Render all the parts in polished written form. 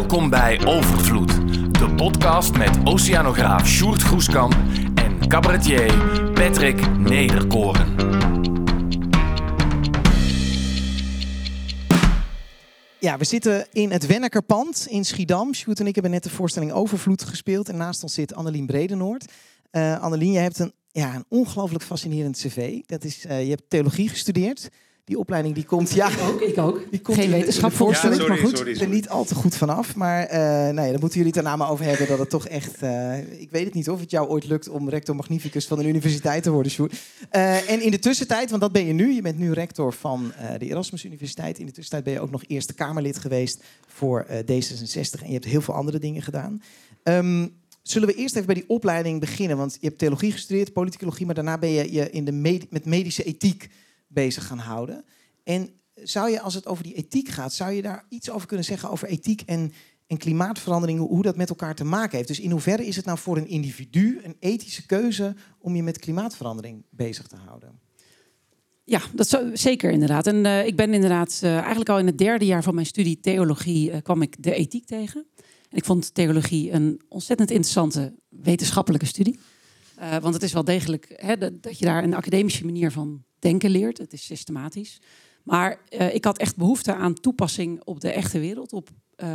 Welkom bij Overvloed, de podcast met oceanograaf Sjoerd Groeskamp en cabaretier Patrick Nederkoren. Ja, we zitten in het Wennekerpand in Schiedam. Sjoerd en ik hebben net de voorstelling Overvloed gespeeld. En naast ons zit Annelien Bredenoord. Annelien, jij hebt een ongelooflijk fascinerend cv. Dat is, je hebt theologie gestudeerd. Die opleiding die komt... Ja, Ik ook. Die komt geen wetenschap voorstelling, sorry, maar goed. sorry. Er niet al te goed vanaf. Maar daar moeten jullie het daarna maar over hebben. Dat het toch echt... ik weet het niet of het jou ooit lukt om rector magnificus van een universiteit te worden, Sjoerd. En in de tussentijd, want dat ben je nu. Je bent nu rector van de Erasmus Universiteit. In de tussentijd ben je ook nog Eerste Kamerlid geweest voor D66. En je hebt heel veel andere dingen gedaan. Zullen we eerst even bij die opleiding beginnen? Want je hebt theologie gestudeerd, politicologie, maar daarna ben je met medische ethiek bezig gaan houden. En zou je, als het over die ethiek gaat, zou je daar iets over kunnen zeggen over ethiek en klimaatverandering, hoe dat met elkaar te maken heeft? Dus in hoeverre is het nou voor een individu een ethische keuze om je met klimaatverandering bezig te houden? Ja, dat zou, zeker inderdaad. En ik ben inderdaad eigenlijk al in het derde jaar van mijn studie theologie kwam ik de ethiek tegen. En ik vond theologie een ontzettend interessante wetenschappelijke studie. Want het is wel degelijk dat je daar een academische manier van denken leert. Het is systematisch. Maar ik had echt behoefte aan toepassing op de echte wereld. Op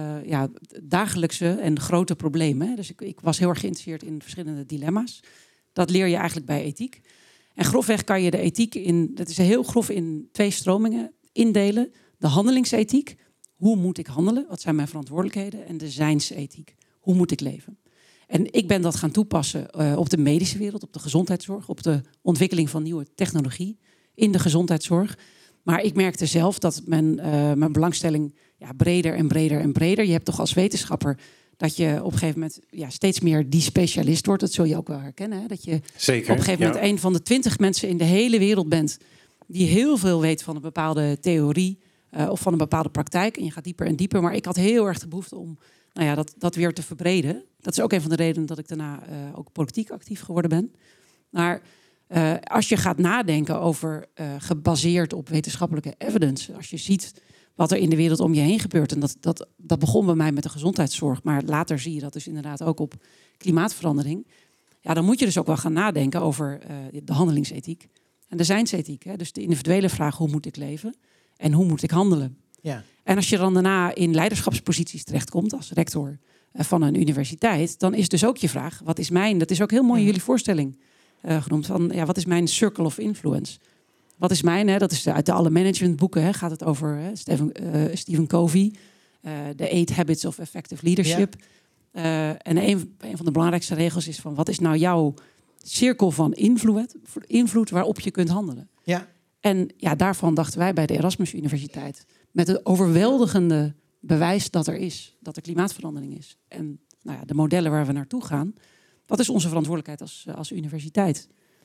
dagelijkse en grote problemen. Hè. Dus ik was heel erg geïnteresseerd in verschillende dilemma's. Dat leer je eigenlijk bij ethiek. En grofweg kan je de ethiek dat is heel grof in twee stromingen indelen. De handelingsethiek. Hoe moet ik handelen? Wat zijn mijn verantwoordelijkheden? En de zijnsethiek. Hoe moet ik leven? En ik ben dat gaan toepassen op de medische wereld, op de gezondheidszorg, op de ontwikkeling van nieuwe technologie in de gezondheidszorg. Maar ik merkte zelf dat mijn belangstelling breder en breder en breder. Je hebt toch als wetenschapper dat je op een gegeven moment steeds meer die specialist wordt. Dat zul je ook wel herkennen. Hè? Dat je Zeker, op een gegeven moment een van de 20 mensen in de hele wereld bent die heel veel weet van een bepaalde theorie of van een bepaalde praktijk. En je gaat dieper en dieper. Maar ik had heel erg de behoefte om dat weer te verbreden. Dat is ook een van de redenen dat ik daarna ook politiek actief geworden ben. Maar als je gaat nadenken over gebaseerd op wetenschappelijke evidence, als je ziet wat er in de wereld om je heen gebeurt, en dat begon bij mij met de gezondheidszorg, maar later zie je dat dus inderdaad ook op klimaatverandering. Ja, dan moet je dus ook wel gaan nadenken over de handelingsethiek en de zijnsethiek. Hè? Dus de individuele vraag, hoe moet ik leven en hoe moet ik handelen? Ja. En als je dan daarna in leiderschapsposities terechtkomt als rector van een universiteit, dan is dus ook je vraag, wat is mijn, dat is ook heel mooi in jullie voorstelling genoemd, van wat is mijn circle of influence? Wat is mijn, dat is uit alle managementboeken, gaat het over Stephen Covey, The 8 Habits of Effective Leadership. Ja. En een van de belangrijkste regels is van, wat is nou jouw cirkel van invloed waarop je kunt handelen? Ja. En daarvan dachten wij bij de Erasmus Universiteit, met het overweldigende bewijs dat er klimaatverandering is. En de modellen waar we naartoe gaan, wat is onze verantwoordelijkheid als universiteit?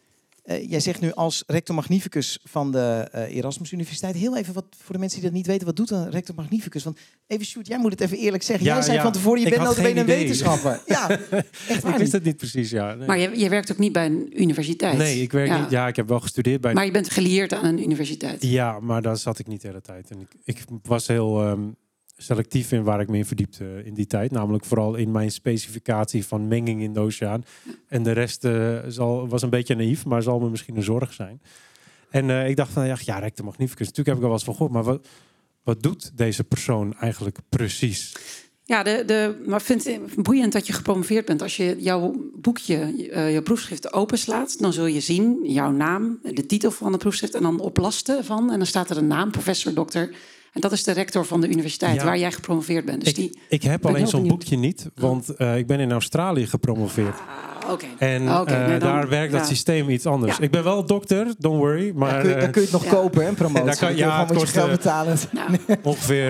Jij zegt nu als rector magnificus van de Erasmus Universiteit. Heel even, wat voor de mensen die dat niet weten, wat doet een rector magnificus? Want even Sjoerd, jij moet het even eerlijk zeggen. Jij zei van tevoren, je bent notabene een wetenschapper. Ja, echt waar. Ik wist het niet precies, ja. Nee. Maar je werkt ook niet bij een universiteit? Nee, ik werk niet. Ja, ik heb wel gestudeerd bij... Maar je bent gelieerd aan een universiteit? Ja, maar daar zat ik niet de hele tijd. En ik was heel selectief in waar ik me in verdiepte in die tijd. Namelijk vooral in mijn specificatie van menging in de oceaan. En de rest was een beetje naïef, maar zal me misschien een zorg zijn. En ik dacht van, rector magnificus. Natuurlijk heb ik al wel eens van gehoord, maar wat doet deze persoon eigenlijk precies? Ja, maar ik vind het boeiend dat je gepromoveerd bent. Als je jouw boekje, je proefschrift openslaat, dan zul je zien jouw naam, de titel van het proefschrift en dan oplasten van. En dan staat er een naam, professor, dokter. En dat is de rector van de universiteit waar jij gepromoveerd bent. Dus ik heb alleen zo'n boekje niet, want ik ben in Australië gepromoveerd. Okay. En daar werkt dat systeem iets anders. Ja. Ik ben wel dokter, don't worry. Maar, dan kun je het nog kopen, hè, promotie. Daar kan je moet je geld betalen. Ongeveer...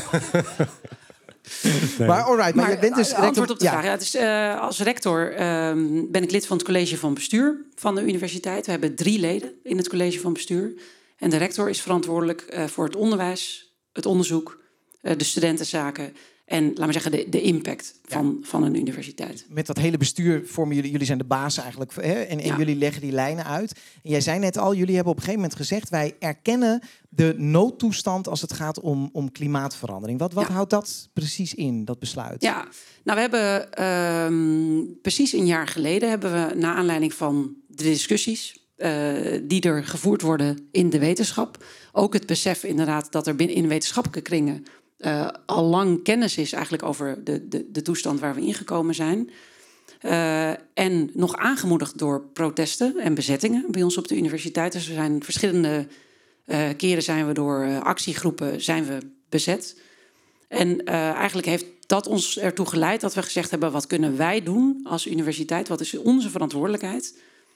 Nee. Maar alright, maar je bent dus antwoord op de vraag. Ja, dus, als rector ben ik lid van het college van bestuur van de universiteit. We hebben 3 leden in het college van bestuur. En de rector is verantwoordelijk voor het onderwijs, het onderzoek, de studentenzaken En laten we zeggen, de impact van een universiteit. Met dat hele bestuur vormen jullie zijn de baas eigenlijk. Hè? En jullie leggen die lijnen uit. En jij zei net al, jullie hebben op een gegeven moment gezegd, wij erkennen de noodtoestand als het gaat om klimaatverandering. Wat houdt dat precies in, dat besluit? Ja, nou we hebben precies een jaar geleden hebben we naar aanleiding van de discussies die er gevoerd worden in de wetenschap, ook het besef inderdaad dat er binnen in wetenschappelijke kringen al lang kennis is eigenlijk over de toestand waar we ingekomen zijn. En nog aangemoedigd door protesten en bezettingen bij ons op de universiteit. Dus er zijn verschillende keren zijn we door actiegroepen zijn we bezet. En eigenlijk heeft dat ons ertoe geleid dat we gezegd hebben, wat kunnen wij doen als universiteit? Wat is onze verantwoordelijkheid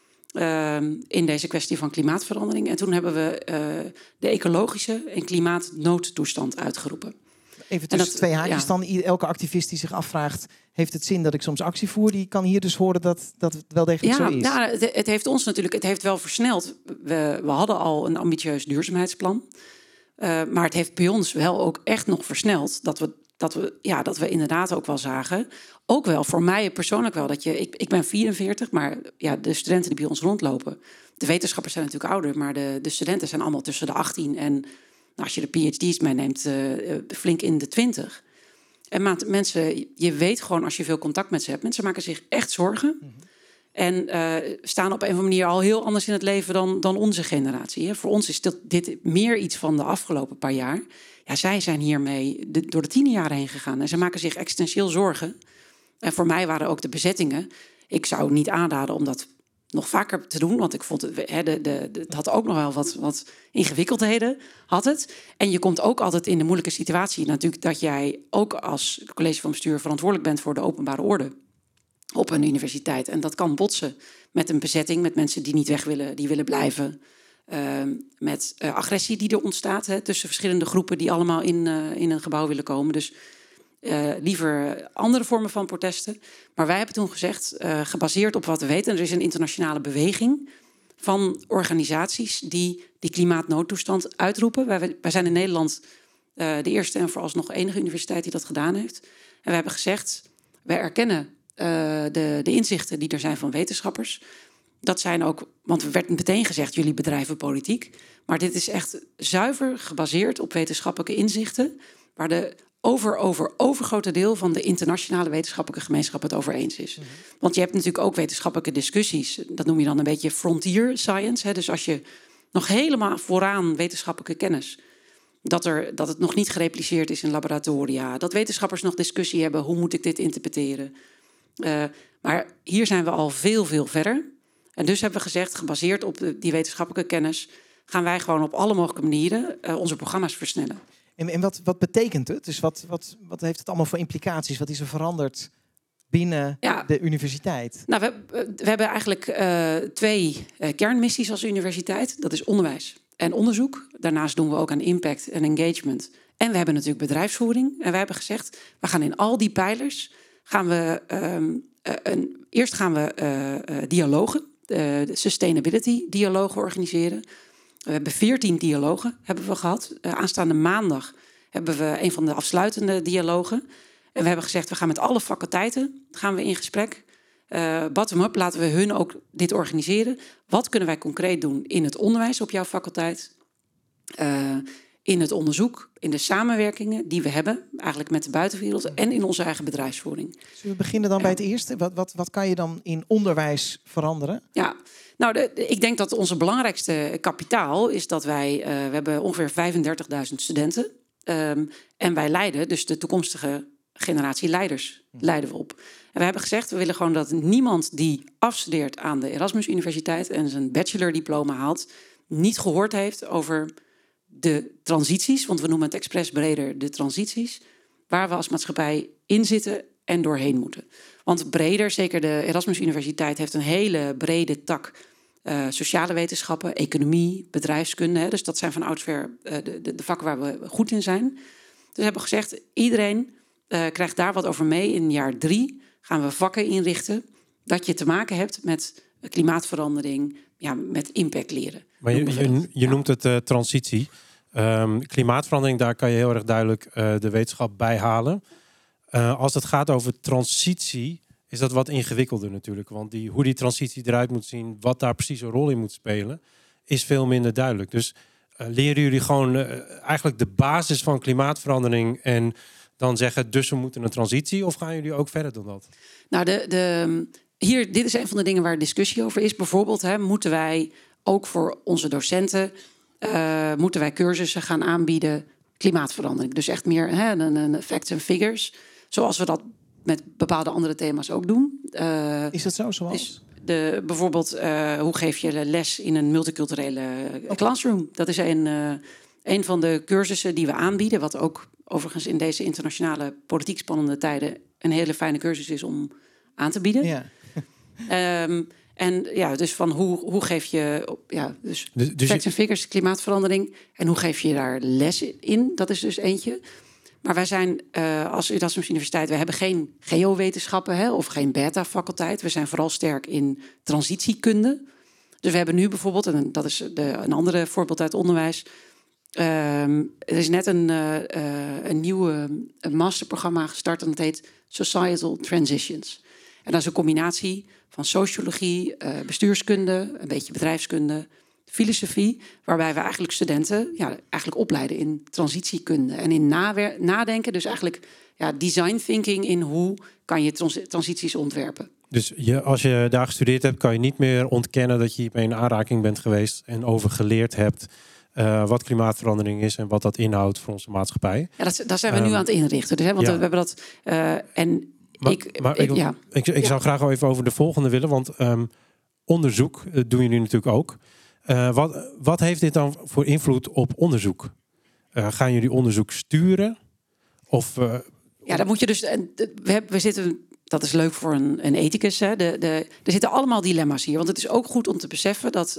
in deze kwestie van klimaatverandering? En toen hebben we de ecologische en klimaatnoodtoestand uitgeroepen. Even tussen twee haakjes dan. Elke activist die zich afvraagt, heeft het zin dat ik soms actie voer? Die kan hier dus horen dat het wel degelijk zo is. Ja, het heeft ons natuurlijk, het heeft wel versneld. We hadden al een ambitieus duurzaamheidsplan. Maar het heeft bij ons wel ook echt nog versneld dat we inderdaad ook wel zagen. Ook wel voor mij persoonlijk wel. Ik ben 44, maar de studenten die bij ons rondlopen. De wetenschappers zijn natuurlijk ouder, maar de studenten zijn allemaal tussen de 18 en als je de PhD's meeneemt, flink in de 20. En mensen, je weet gewoon als je veel contact met ze hebt, mensen maken zich echt zorgen. Mm-hmm. En staan op een of andere manier al heel anders in het leven dan onze generatie. Hè. Voor ons is dit meer iets van de afgelopen paar jaar. Ja, zij zijn hiermee door de 10 jaar heen gegaan. En ze maken zich existentieel zorgen. En voor mij waren ook de bezettingen. Ik zou niet aanraden om dat nog vaker te doen. Want ik vond het had ook nog wel wat ingewikkeldheden. Had het. En je komt ook altijd in de moeilijke situatie natuurlijk dat jij ook als college van bestuur verantwoordelijk bent voor de openbare orde op een universiteit. En dat kan botsen met een bezetting, met mensen die niet weg willen, die willen blijven. Met agressie die er ontstaat tussen verschillende groepen die allemaal in een gebouw willen komen. Dus liever andere vormen van protesten. Maar wij hebben toen gezegd, gebaseerd op wat we weten, er is een internationale beweging van organisaties die klimaatnoodtoestand uitroepen. Wij zijn in Nederland de eerste en vooralsnog enige universiteit die dat gedaan heeft. En we hebben gezegd, wij erkennen de inzichten die er zijn van wetenschappers. Dat zijn ook, want er werd meteen gezegd, jullie bedrijven politiek. Maar dit is echt zuiver gebaseerd op wetenschappelijke inzichten, waar de overgrote deel van de internationale wetenschappelijke gemeenschap het over eens is. Mm-hmm. Want je hebt natuurlijk ook wetenschappelijke discussies. Dat noem je dan een beetje frontier science. Hè? Dus als je nog helemaal vooraan wetenschappelijke kennis, dat het nog niet gerepliceerd is in laboratoria, dat wetenschappers nog discussie hebben, hoe moet ik dit interpreteren? Maar hier zijn we al veel, veel verder. En dus hebben we gezegd, gebaseerd op die wetenschappelijke kennis, gaan wij gewoon op alle mogelijke manieren onze programma's versnellen. En wat betekent het? Dus wat heeft het allemaal voor implicaties? Wat is er veranderd binnen de universiteit? Nou, we hebben eigenlijk 2 kernmissies als universiteit. Dat is onderwijs en onderzoek. Daarnaast doen we ook aan impact en engagement. En we hebben natuurlijk bedrijfsvoering. En wij hebben gezegd, we gaan in al die pijlers eerst gaan we dialogen, de sustainability dialogen organiseren. We hebben 14 dialogen hebben we gehad. Aanstaande maandag hebben we een van de afsluitende dialogen. En we hebben gezegd, we gaan met alle faculteiten in gesprek. Bottom-up laten we hun ook dit organiseren. Wat kunnen wij concreet doen in het onderwijs op jouw faculteit? In het onderzoek, in de samenwerkingen die we hebben, eigenlijk met de buitenwereld en in onze eigen bedrijfsvoering. Zullen we beginnen dan bij het eerste? Wat kan je dan in onderwijs veranderen? Ja, nou, ik denk dat onze belangrijkste kapitaal is dat we hebben ongeveer 35.000 studenten. En wij leiden, dus de toekomstige generatie leiders, leiden we op. En we hebben gezegd, we willen gewoon dat niemand die afstudeert aan de Erasmus Universiteit en zijn bachelordiploma haalt, niet gehoord heeft over de transities, want we noemen het expres breder de transities, waar we als maatschappij in zitten en doorheen moeten. Want breder, zeker de Erasmus Universiteit heeft een hele brede tak sociale wetenschappen, economie, bedrijfskunde. Hè, dus dat zijn van oudsher de vakken waar we goed in zijn. Dus we hebben gezegd, iedereen krijgt daar wat over mee. In jaar 3 gaan we vakken inrichten dat je te maken hebt met klimaatverandering, met impact leren. Maar je noemt het transitie. Klimaatverandering, daar kan je heel erg duidelijk de wetenschap bij halen. Als het gaat over transitie, is dat wat ingewikkelder natuurlijk. Want hoe die transitie eruit moet zien, wat daar precies een rol in moet spelen, is veel minder duidelijk. Dus leren jullie gewoon eigenlijk de basis van klimaatverandering en dan zeggen, dus we moeten een transitie? Of gaan jullie ook verder dan dat? Nou, dit is een van de dingen waar discussie over is. Bijvoorbeeld, moeten wij ook voor onze docenten moeten wij cursussen gaan aanbieden klimaatverandering. Dus echt meer een facts and figures. Zoals we dat met bepaalde andere thema's ook doen. Is dat zo? Zoals? Bijvoorbeeld, hoe geef je les in een multiculturele classroom? Dat is een van de cursussen die we aanbieden. Wat ook overigens in deze internationale politiek spannende tijden een hele fijne cursus is om aan te bieden. Ja. En ja, dus van hoe geef je dus facts and figures, klimaatverandering. En hoe geef je daar les in? Dat is dus eentje. Maar wij zijn als Erasmus Universiteit, we hebben geen geowetenschappen of geen beta-faculteit. We zijn vooral sterk in transitiekunde. Dus we hebben nu bijvoorbeeld, en dat is een andere voorbeeld uit onderwijs. Er is net een nieuw masterprogramma gestart en dat heet Societal Transitions. En dat is een combinatie van sociologie, bestuurskunde, een beetje bedrijfskunde, filosofie, waarbij we eigenlijk studenten eigenlijk opleiden in transitiekunde en in nadenken. Dus eigenlijk design thinking in hoe kan je transities ontwerpen. Dus als je daar gestudeerd hebt, kan je niet meer ontkennen dat je hiermee in aanraking bent geweest en over geleerd hebt wat klimaatverandering is en wat dat inhoudt voor onze maatschappij. Ja, dat zijn we nu aan het inrichten. Dus, want we hebben dat ik zou graag wel even over de volgende willen, want onderzoek doen jullie natuurlijk ook. Wat heeft dit dan voor invloed op onderzoek? Gaan jullie onderzoek sturen? Dan moet je dus. We zitten. Dat is leuk voor een ethicus. Hè. Er zitten allemaal dilemma's hier. Want het is ook goed om te beseffen dat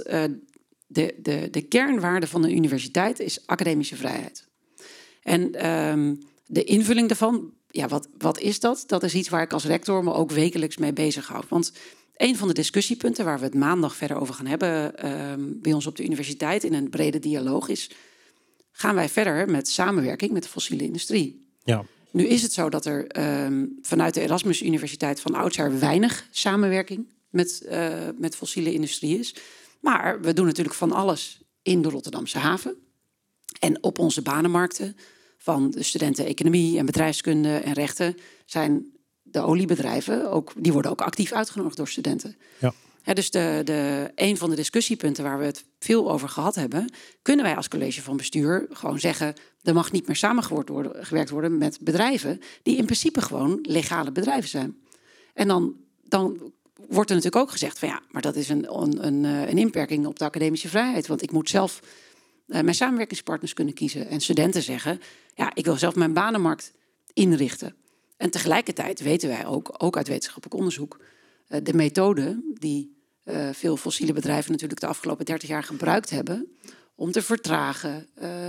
de kernwaarde van een universiteit is academische vrijheid. En de invulling daarvan, wat is dat? Dat is iets waar ik als rector me ook wekelijks mee bezighoud. Want een van de discussiepunten waar we het maandag verder over gaan hebben bij ons op de universiteit in een brede dialoog is, gaan wij verder met samenwerking met de fossiele industrie? Ja. Nu is het zo dat er vanuit de Erasmus Universiteit van oudsher weinig samenwerking met fossiele industrie is. Maar we doen natuurlijk van alles in de Rotterdamse haven en op onze banenmarkten van de studenten economie en bedrijfskunde en rechten zijn de oliebedrijven die worden ook actief uitgenodigd door studenten. Ja. Dus een van de discussiepunten waar we het veel over gehad hebben, kunnen wij als college van bestuur gewoon zeggen, er mag niet meer samengewerkt worden met bedrijven die in principe gewoon legale bedrijven zijn. En dan wordt er natuurlijk ook gezegd van maar dat is een inperking op de academische vrijheid, want ik moet zelf mijn samenwerkingspartners kunnen kiezen. En studenten zeggen, ik wil zelf mijn banenmarkt inrichten. En tegelijkertijd weten wij ook uit wetenschappelijk onderzoek, de methode die veel fossiele bedrijven natuurlijk de afgelopen 30 jaar gebruikt hebben om te vertragen,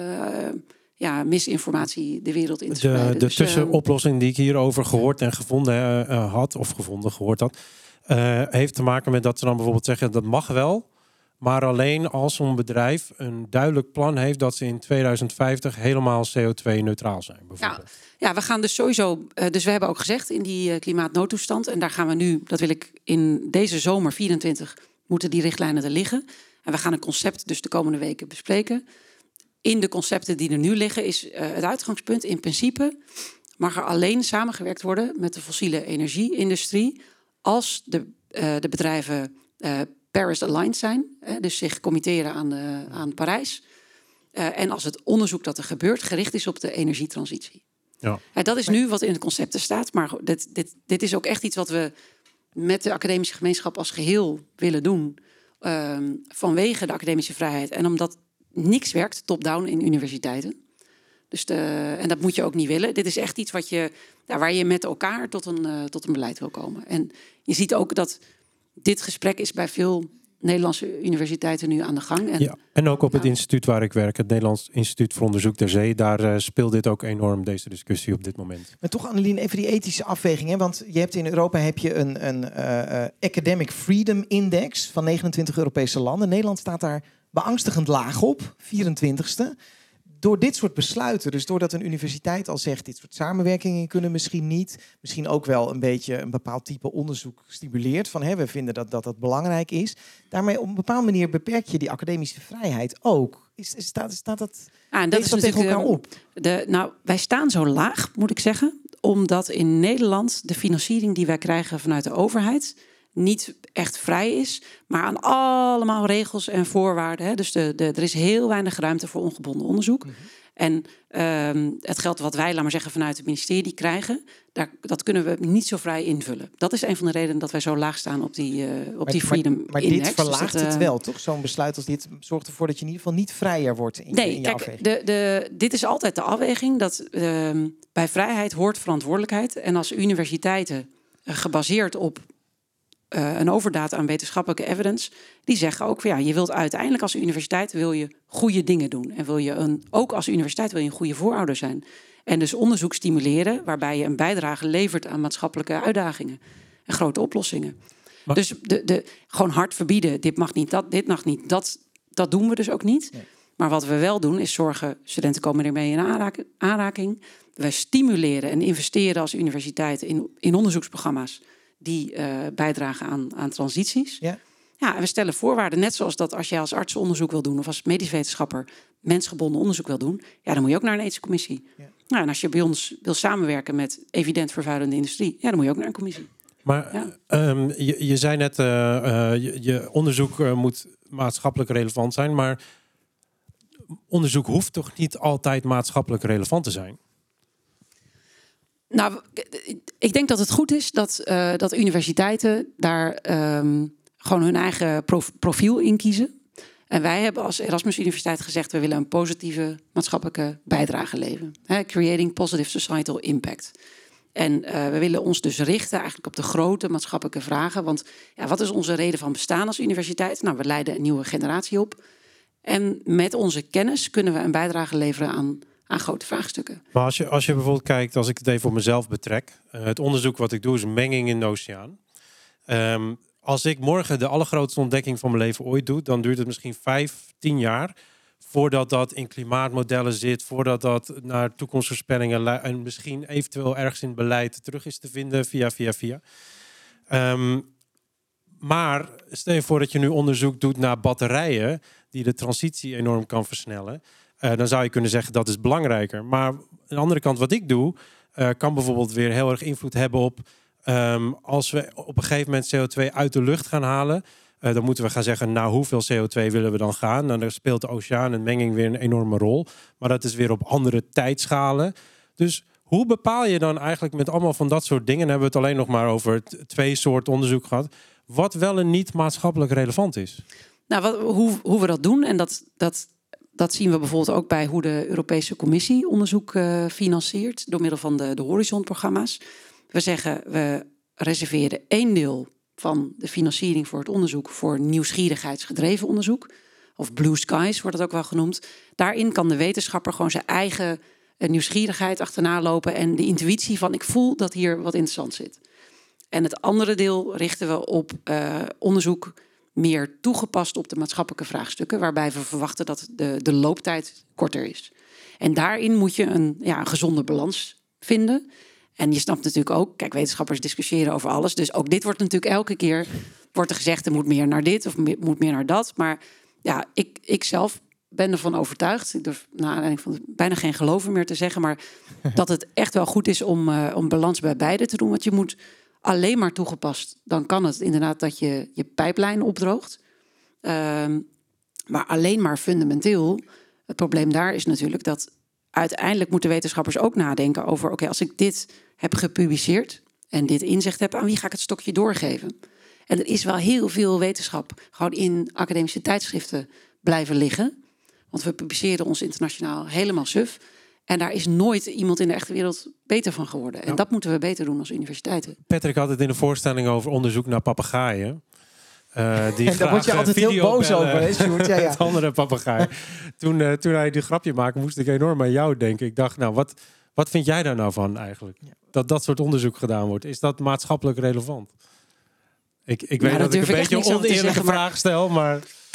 misinformatie de wereld in te spreiden. De tussenoplossing die ik hierover gehoord en gevonden gehoord had, heeft te maken met dat ze dan bijvoorbeeld zeggen, dat mag wel, maar alleen als zo'n bedrijf een duidelijk plan heeft dat ze in 2050 helemaal CO2-neutraal zijn. Bijvoorbeeld. Ja, we gaan dus sowieso. Dus we hebben ook gezegd in die klimaatnoodtoestand. En daar gaan we nu, dat wil ik in deze zomer 24, moeten die richtlijnen er liggen. En we gaan een concept dus de komende weken bespreken. In de concepten die er nu liggen is het uitgangspunt. In principe mag er alleen samengewerkt worden met de fossiele energie-industrie als de bedrijven Paris-aligned zijn, dus zich committeren aan Parijs. En als het onderzoek dat er gebeurt gericht is op de energietransitie. Ja. Dat is nu wat in het concepten staat, maar dit is ook echt iets wat we met de academische gemeenschap als geheel willen doen, vanwege de academische vrijheid en omdat niks werkt top-down in universiteiten. Dus en dat moet je ook niet willen. Dit is echt iets waar je met elkaar tot een beleid wil komen. En je ziet ook dat dit gesprek is bij veel Nederlandse universiteiten nu aan de gang. En ook op het instituut waar ik werk, het Nederlands Instituut voor Onderzoek ter Zee, daar speelt dit ook enorm, deze discussie op dit moment. Maar toch, Annelien, even die ethische afweging. Hè? Want je hebt in Europa een Academic Freedom Index van 29 Europese landen. Nederland staat daar beangstigend laag op, 24ste. door dit soort besluiten, dus doordat een universiteit al zegt, dit soort samenwerkingen kunnen misschien niet, misschien ook wel een beetje een bepaald type onderzoek stimuleert, van we vinden dat belangrijk is. Daarmee op een bepaalde manier beperk je die academische vrijheid ook. Staat dat, en dat is dat tegen elkaar op? Wij staan zo laag, moet ik zeggen, omdat in Nederland de financiering die wij krijgen vanuit de overheid niet echt vrij is, maar aan allemaal regels en voorwaarden. Hè. Dus er is heel weinig ruimte voor ongebonden onderzoek. Mm-hmm. En het geld wat wij, laat maar zeggen, vanuit het ministerie krijgen, dat kunnen we niet zo vrij invullen. Dat is een van de redenen dat wij zo laag staan op die Freedom maar Index. Dit verlaagt dus het wel, toch? Zo'n besluit als dit zorgt ervoor dat je in ieder geval niet vrijer wordt in je afweging. Dit is altijd de afweging dat bij vrijheid hoort verantwoordelijkheid. En als universiteiten gebaseerd op een overdaad aan wetenschappelijke evidence, die zeggen ook van je wilt uiteindelijk als universiteit wil je goede dingen doen en wil je ook als universiteit wil je een goede voorouder zijn en dus onderzoek stimuleren waarbij je een bijdrage levert aan maatschappelijke uitdagingen en grote oplossingen. Maar dus gewoon hard verbieden, dit mag niet, dit mag niet, dat doen we dus ook niet. Nee. Maar wat we wel doen is zorgen, studenten komen ermee in aanraking. We stimuleren en investeren als universiteit in onderzoeksprogramma's die bijdragen aan transities. Ja. En we stellen voorwaarden, net zoals dat als jij als arts onderzoek wil doen of als medisch wetenschapper mensgebonden onderzoek wil doen, dan moet je ook naar een ethische commissie. Ja. En als je bij ons wil samenwerken met evident vervuilende industrie, dan moet je ook naar een commissie. Maar je zei net, je onderzoek moet maatschappelijk relevant zijn, maar onderzoek hoeft toch niet altijd maatschappelijk relevant te zijn? Nou, ik denk dat het goed is dat universiteiten daar gewoon hun eigen profiel in kiezen. En wij hebben als Erasmus Universiteit gezegd, we willen een positieve maatschappelijke bijdrage leveren. Creating positive societal impact. En we willen ons dus richten eigenlijk op de grote maatschappelijke vragen. Want wat is onze reden van bestaan als universiteit? Nou, we leiden een nieuwe generatie op. En met onze kennis kunnen we een bijdrage leveren aan grote vraagstukken. Maar als je bijvoorbeeld kijkt, als ik het even op mezelf betrek, het onderzoek wat ik doe is een menging in de oceaan. Als ik morgen de allergrootste ontdekking van mijn leven ooit doe, dan duurt het misschien 5-10 jaar voordat dat in klimaatmodellen zit, voordat dat naar toekomstvoorspellingen en misschien eventueel ergens in het beleid terug is te vinden via. Maar stel je voor dat je nu onderzoek doet naar batterijen die de transitie enorm kan versnellen. Dan zou je kunnen zeggen dat is belangrijker. Maar aan de andere kant, wat ik doe, kan bijvoorbeeld weer heel erg invloed hebben op als we op een gegeven moment CO2 uit de lucht gaan halen. Dan moeten we gaan zeggen, nou, hoeveel CO2 willen we dan gaan? Nou, dan speelt de oceaan en menging weer een enorme rol. Maar dat is weer op andere tijdschalen. Dus hoe bepaal je dan eigenlijk met allemaal van dat soort dingen? Dan hebben we het alleen nog maar over 2 soorten onderzoek gehad. Wat wel en niet maatschappelijk relevant is. Nou, hoe we dat doen, en dat zien we bijvoorbeeld ook bij hoe de Europese Commissie onderzoek financiert door middel van de Horizon-programma's. We zeggen, we reserveren 1 deel van de financiering voor het onderzoek voor nieuwsgierigheidsgedreven onderzoek. Of Blue Skies wordt het ook wel genoemd. Daarin kan de wetenschapper gewoon zijn eigen nieuwsgierigheid achterna lopen en de intuïtie van ik voel dat hier wat interessant zit. En het andere deel richten we op onderzoek meer toegepast op de maatschappelijke vraagstukken, waarbij we verwachten dat de looptijd korter is. En daarin moet je een gezonde balans vinden. En je snapt natuurlijk ook, kijk, wetenschappers discussiëren over alles. Dus ook dit wordt natuurlijk elke keer wordt er gezegd, er moet meer naar dit of moet meer naar dat. Maar ik zelf ben ervan overtuigd. Ik durf naar aanleiding van bijna geen geloven meer te zeggen, maar dat het echt wel goed is om balans bij beide te doen. Want je moet alleen maar toegepast, dan kan het inderdaad dat je pijplijn opdroogt. Maar alleen maar fundamenteel, het probleem daar is natuurlijk dat uiteindelijk moeten wetenschappers ook nadenken over, oké, als ik dit heb gepubliceerd en dit inzicht heb, aan wie ga ik het stokje doorgeven? En er is wel heel veel wetenschap gewoon in academische tijdschriften blijven liggen. Want we publiceren ons internationaal helemaal suf. En daar is nooit iemand in de echte wereld beter van geworden. En dat moeten we beter doen als universiteiten. Patrick had het in de voorstelling over onderzoek naar papegaaien. En daar word je altijd heel boos over, hè, Sjoerd? Ja. Het andere papegaai. Toen hij die grapje maakte, moest ik enorm aan jou denken. Ik dacht, nou, wat vind jij daar nou van eigenlijk? Ja. Dat soort onderzoek gedaan wordt. Is dat maatschappelijk relevant? Ik weet dat ik een beetje een oneerlijke vraag stel, maar...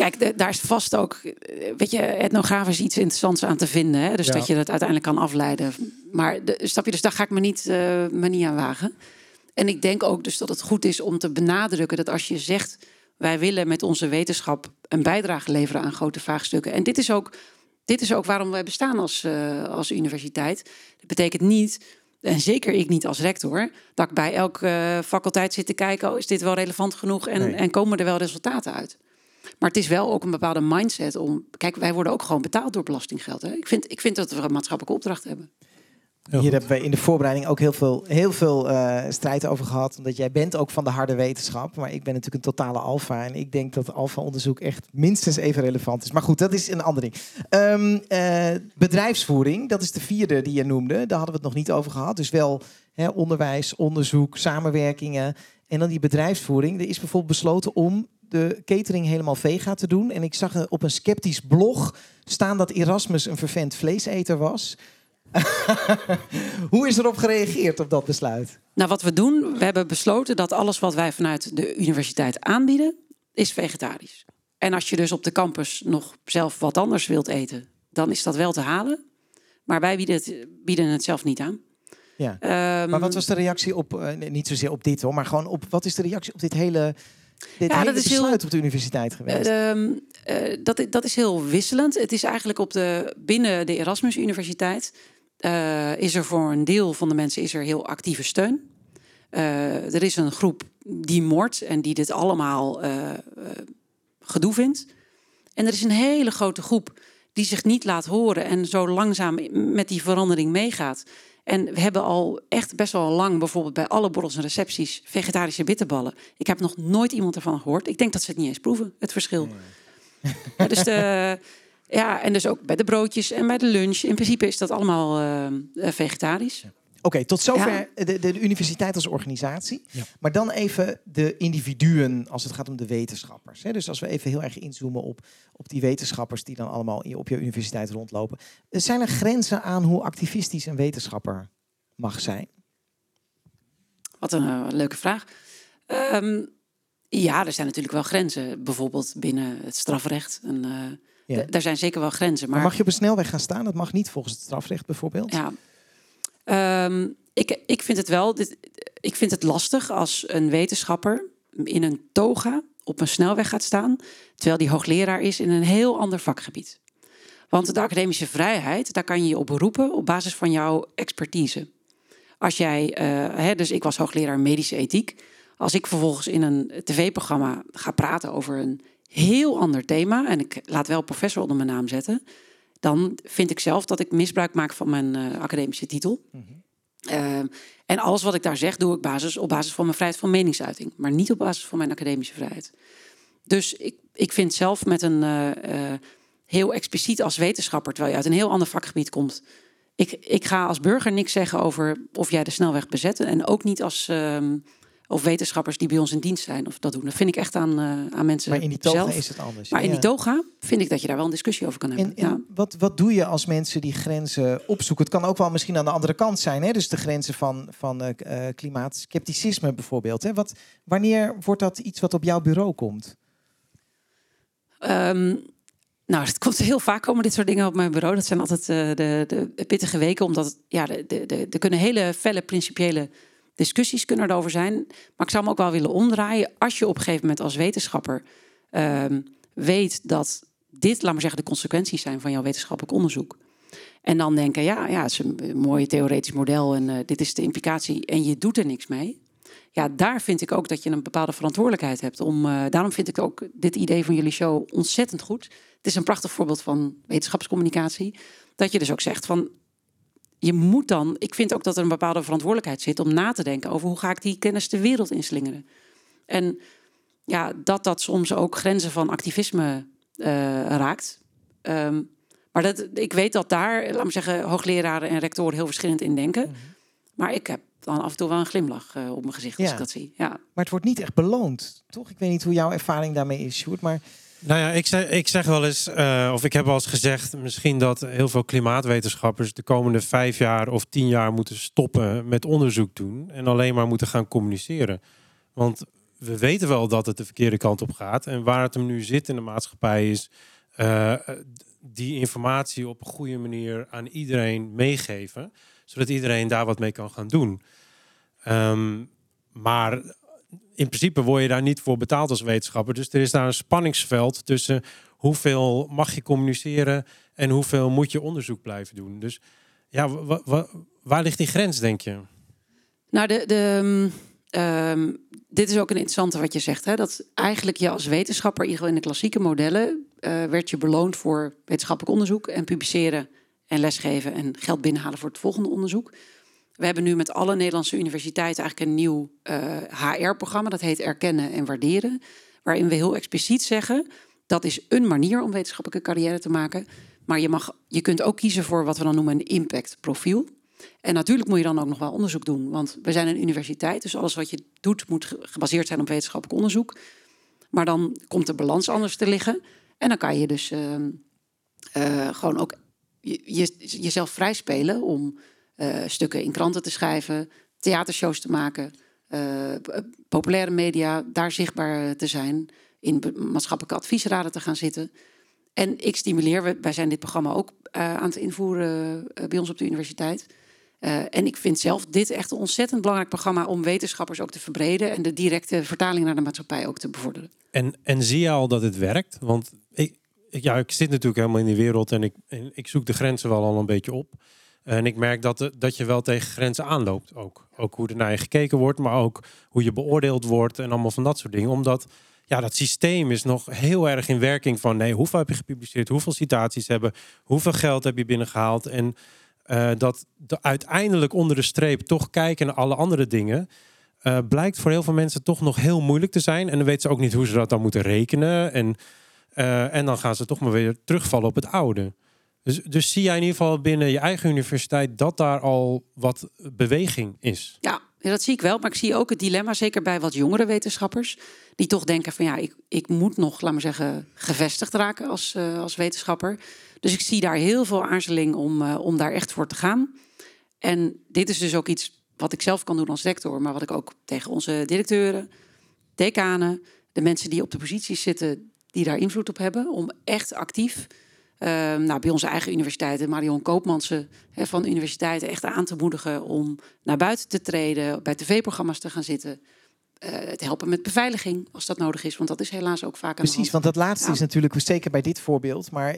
Kijk, daar is vast ook, weet je, etnografisch iets interessants aan te vinden. Hè? Dus dat je dat uiteindelijk kan afleiden. Maar snap je, dus daar ga ik me niet aan wagen. En ik denk ook dus dat het goed is om te benadrukken dat als je zegt, wij willen met onze wetenschap een bijdrage leveren aan grote vraagstukken. En dit is ook waarom wij bestaan als universiteit. Dat betekent niet, en zeker ik niet als rector, dat ik bij elke faculteit zit te kijken, is dit wel relevant genoeg en komen er wel resultaten uit. Maar het is wel ook een bepaalde mindset om, kijk, wij worden ook gewoon betaald door belastinggeld. Hè? Ik vind dat we een maatschappelijke opdracht hebben. Hier hebben we in de voorbereiding ook heel veel strijd over gehad. Omdat jij bent ook van de harde wetenschap. Maar ik ben natuurlijk een totale alfa. En ik denk dat alfa-onderzoek echt minstens even relevant is. Maar goed, dat is een ander ding. Bedrijfsvoering, dat is de 4e die je noemde. Daar hadden we het nog niet over gehad. Dus wel onderwijs, onderzoek, samenwerkingen. En dan die bedrijfsvoering. Er is bijvoorbeeld besloten om de catering helemaal vega te doen. En ik zag op een sceptisch blog staan dat Erasmus een vervent vleeseter was. Hoe is erop gereageerd op dat besluit? Nou, wat we doen, we hebben besloten dat alles wat wij vanuit de universiteit aanbieden, is vegetarisch. En als je dus op de campus nog zelf wat anders wilt eten, dan is dat wel te halen. Maar wij bieden het zelf niet aan. Ja. Maar wat was de reactie op, niet zozeer op dit hoor, maar gewoon op, wat is de reactie op dit hele besluit op de universiteit geweest? Dat is heel wisselend. Het is eigenlijk binnen de Erasmus Universiteit is er voor een deel van de mensen is er heel actieve steun. Er is een groep die moordt en die dit allemaal gedoe vindt. En er is een hele grote groep die zich niet laat horen en zo langzaam met die verandering meegaat. En we hebben al echt best wel lang, bijvoorbeeld bij alle borrels en recepties, vegetarische bitterballen. Ik heb nog nooit iemand ervan gehoord. Ik denk dat ze het niet eens proeven, het verschil. Ja, en dus ook bij de broodjes en bij de lunch. In principe is dat allemaal vegetarisch. Oké, tot zover de universiteit als organisatie. Ja. Maar dan even de individuen als het gaat om de wetenschappers. Dus als we even heel erg inzoomen op die wetenschappers die dan allemaal op je universiteit rondlopen. Zijn er grenzen aan hoe activistisch een wetenschapper mag zijn? Wat een leuke vraag. Ja, er zijn natuurlijk wel grenzen. Bijvoorbeeld binnen het strafrecht. Daar zijn zeker wel grenzen. Maar mag je op een snelweg gaan staan? Dat mag niet volgens het strafrecht bijvoorbeeld. Ja. Ik vind het wel. Ik vind het lastig als een wetenschapper in een toga op een snelweg gaat staan, terwijl die hoogleraar is in een heel ander vakgebied. Want de academische vrijheid, daar kan je je op beroepen op basis van jouw expertise. Als jij, dus ik was hoogleraar medische ethiek. Als ik vervolgens in een tv-programma ga praten over een heel ander thema, en ik laat wel professor onder mijn naam zetten, dan vind ik zelf dat ik misbruik maak van mijn academische titel. Mm-hmm. En alles wat ik daar zeg, doe ik op basis van mijn vrijheid van meningsuiting, maar niet op basis van mijn academische vrijheid. Dus ik vind zelf met een heel expliciet als wetenschapper, terwijl je uit een heel ander vakgebied komt, ik ga als burger niks zeggen over of jij de snelweg bezet, en ook niet als of wetenschappers die bij ons in dienst zijn of dat doen. Dat vind ik echt aan mensen. Maar in die toga zelf. Is het anders. Maar in die toga vind ik dat je daar wel een discussie over kan hebben. En wat doe je als mensen die grenzen opzoeken? Het kan ook wel misschien aan de andere kant zijn. Hè? Dus de grenzen van klimaatskepticisme bijvoorbeeld. Hè? Wanneer wordt dat iets wat op jouw bureau komt? Nou, het komt heel vaak komen dit soort dingen op mijn bureau. Dat zijn altijd de pittige weken. Omdat er kunnen hele felle principiële discussies kunnen erover zijn. Maar ik zou hem ook wel willen omdraaien. Als je op een gegeven moment als wetenschapper weet dat dit, laat maar zeggen, de consequenties zijn van jouw wetenschappelijk onderzoek. En dan denken, het is een mooi theoretisch model en dit is de implicatie en je doet er niks mee. Ja, daar vind ik ook dat je een bepaalde verantwoordelijkheid hebt. Daarom vind ik ook dit idee van jullie show ontzettend goed. Het is een prachtig voorbeeld van wetenschapscommunicatie. Dat je dus ook zegt van, je moet dan, ik vind ook dat er een bepaalde verantwoordelijkheid zit om na te denken over hoe ga ik die kennis de wereld inslingeren. En ja, dat soms ook grenzen van activisme raakt. Maar ik weet dat daar, laat me zeggen, hoogleraren en rectoren heel verschillend in denken. Mm-hmm. Maar ik heb dan af en toe wel een glimlach op mijn gezicht als ik dat zie. Ja. Maar het wordt niet echt beloond, toch? Ik weet niet hoe jouw ervaring daarmee is, Sjoerd, maar... Nou ja, ik zeg wel eens, of ik heb wel eens gezegd, misschien dat heel veel klimaatwetenschappers de komende 5 jaar of 10 jaar moeten stoppen met onderzoek doen en alleen maar moeten gaan communiceren. Want we weten wel dat het de verkeerde kant op gaat. En waar het hem nu zit in de maatschappij is die informatie op een goede manier aan iedereen meegeven. Zodat iedereen daar wat mee kan gaan doen. Maar in principe word je daar niet voor betaald als wetenschapper. Dus er is daar een spanningsveld tussen hoeveel mag je communiceren en hoeveel moet je onderzoek blijven doen. Dus ja, waar ligt die grens, denk je? Nou, dit is ook een interessante wat je zegt. Hè? Dat eigenlijk je als wetenschapper, in ieder geval in de klassieke modellen, werd je beloond voor wetenschappelijk onderzoek en publiceren en lesgeven en geld binnenhalen voor het volgende onderzoek. We hebben nu met alle Nederlandse universiteiten eigenlijk een nieuw HR-programma. Dat heet Erkennen en Waarderen. Waarin we heel expliciet zeggen, dat is een manier om wetenschappelijke carrière te maken. Maar je kunt ook kiezen voor wat we dan noemen een impactprofiel. En natuurlijk moet je dan ook nog wel onderzoek doen. Want we zijn een universiteit, dus alles wat je doet moet gebaseerd zijn op wetenschappelijk onderzoek. Maar dan komt de balans anders te liggen. En dan kan je dus gewoon ook jezelf vrij spelen om stukken in kranten te schrijven, theatershows te maken, populaire media, daar zichtbaar te zijn, in maatschappelijke adviesraden te gaan zitten. En ik stimuleer, wij zijn dit programma ook aan het invoeren bij ons op de universiteit. En ik vind zelf dit echt een ontzettend belangrijk programma om wetenschappers ook te verbreden en de directe vertaling naar de maatschappij ook te bevorderen. En zie je al dat het werkt? Want ik zit natuurlijk helemaal in die wereld en ik zoek de grenzen wel al een beetje op. En ik merk dat je wel tegen grenzen aanloopt ook. Ook hoe er naar je gekeken wordt, maar ook hoe je beoordeeld wordt en allemaal van dat soort dingen. Omdat dat systeem is nog heel erg in werking van nee, hoeveel heb je gepubliceerd, hoeveel citaties hebben, hoeveel geld heb je binnengehaald. En dat uiteindelijk onder de streep toch kijken naar alle andere dingen blijkt voor heel veel mensen toch nog heel moeilijk te zijn. En dan weten ze ook niet hoe ze dat dan moeten rekenen. En dan gaan ze toch maar weer terugvallen op het oude. Dus zie jij in ieder geval binnen je eigen universiteit dat daar al wat beweging is? Ja, dat zie ik wel. Maar ik zie ook het dilemma, zeker bij wat jongere wetenschappers, die toch denken van ik moet nog, laat maar zeggen, gevestigd raken als wetenschapper. Dus ik zie daar heel veel aarzeling om daar echt voor te gaan. En dit is dus ook iets wat ik zelf kan doen als rector, maar wat ik ook tegen onze directeuren, decanen, de mensen die op de posities zitten, die daar invloed op hebben, om echt actief bij onze eigen universiteiten, Marion Koopmansen van universiteiten, echt aan te moedigen om naar buiten te treden, bij tv-programma's te gaan zitten. Het helpen met beveiliging, als dat nodig is. Want dat is helaas ook vaak aan de hand. Want dat laatste is natuurlijk zeker bij dit voorbeeld. Maar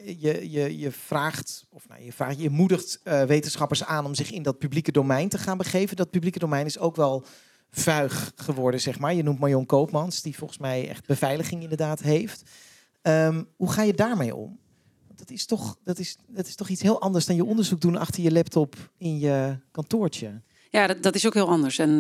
je moedigt wetenschappers aan om zich in dat publieke domein te gaan begeven. Dat publieke domein is ook wel vuig geworden, zeg maar. Je noemt Marion Koopmans, die volgens mij echt beveiliging inderdaad heeft. Hoe ga je daarmee om? Dat is toch iets heel anders dan je onderzoek doen achter je laptop in je kantoortje. Ja, dat is ook heel anders. En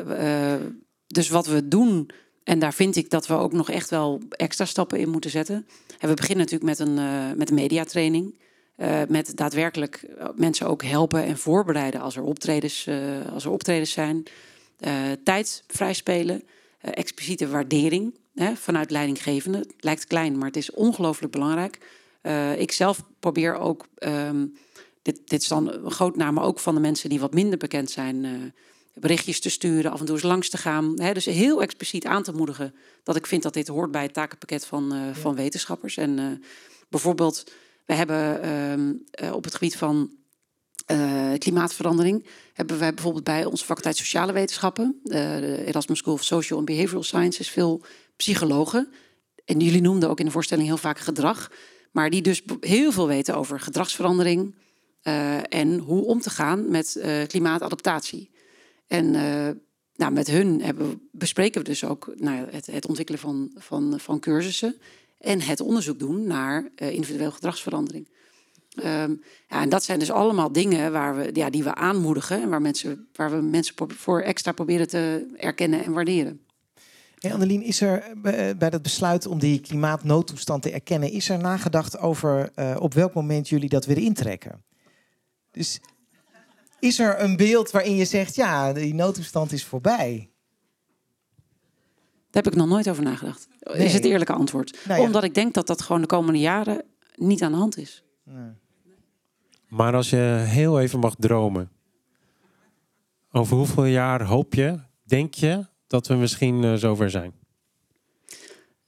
dus wat we doen, en daar vind ik dat we ook nog echt wel extra stappen in moeten zetten. En we beginnen natuurlijk met een mediatraining. Met daadwerkelijk mensen ook helpen en voorbereiden als er optredens zijn. Tijd vrijspelen. Expliciete waardering vanuit leidinggevenden. Het lijkt klein, maar het is ongelooflijk belangrijk. Ik zelf probeer ook, dit is dan een groot naam, maar ook van de mensen die wat minder bekend zijn, berichtjes te sturen, af en toe eens langs te gaan. Dus heel expliciet aan te moedigen dat ik vind dat dit hoort bij het takenpakket van wetenschappers. En bijvoorbeeld, we hebben op het gebied van klimaatverandering, hebben wij bijvoorbeeld bij onze faculteit Sociale Wetenschappen, de Erasmus School of Social and Behavioral Sciences, veel psychologen. En jullie noemden ook in de voorstelling heel vaak gedrag. Maar die dus heel veel weten over gedragsverandering en hoe om te gaan met klimaatadaptatie. En met hun bespreken we dus ook het ontwikkelen van cursussen en het onderzoek doen naar individueel gedragsverandering. En dat zijn dus allemaal dingen die we aanmoedigen en waar we mensen voor extra proberen te erkennen en waarderen. Hey Annelien, is er bij dat besluit om die klimaatnoodtoestand te erkennen, is er nagedacht over op welk moment jullie dat weer intrekken? Dus is er een beeld waarin je zegt, ja, die noodtoestand is voorbij? Daar heb ik nog nooit over nagedacht. Nee. Is het eerlijke antwoord. Omdat ik denk dat dat gewoon de komende jaren niet aan de hand is. Nee. Maar als je heel even mag dromen, over hoeveel jaar denk je dat we misschien zover zijn?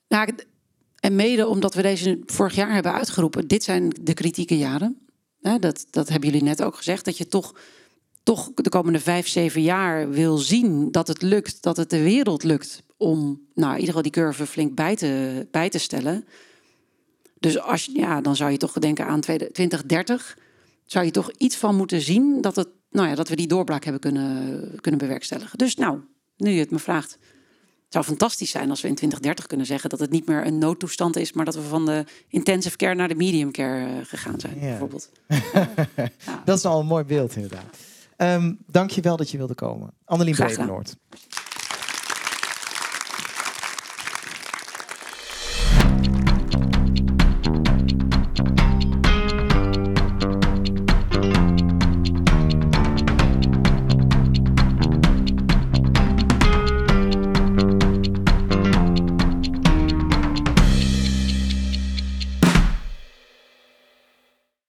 Nou, en mede omdat we deze vorig jaar hebben uitgeroepen. Dit zijn de kritieke jaren. Dat hebben jullie net ook gezegd. Dat je toch de komende 5-7 jaar wil zien dat het lukt. Dat het de wereld lukt om in ieder geval die curve flink bij te stellen. Dus dan zou je toch denken aan 2030. Zou je toch iets van moeten zien dat we die doorbraak hebben kunnen bewerkstelligen. Dus nu je het me vraagt. Het zou fantastisch zijn als we in 2030 kunnen zeggen dat het niet meer een noodtoestand is, maar dat we van de intensive care naar de medium care gegaan zijn, bijvoorbeeld. Dat is al een mooi beeld, inderdaad. Dank je wel dat je wilde komen. Annelien Bredernoort.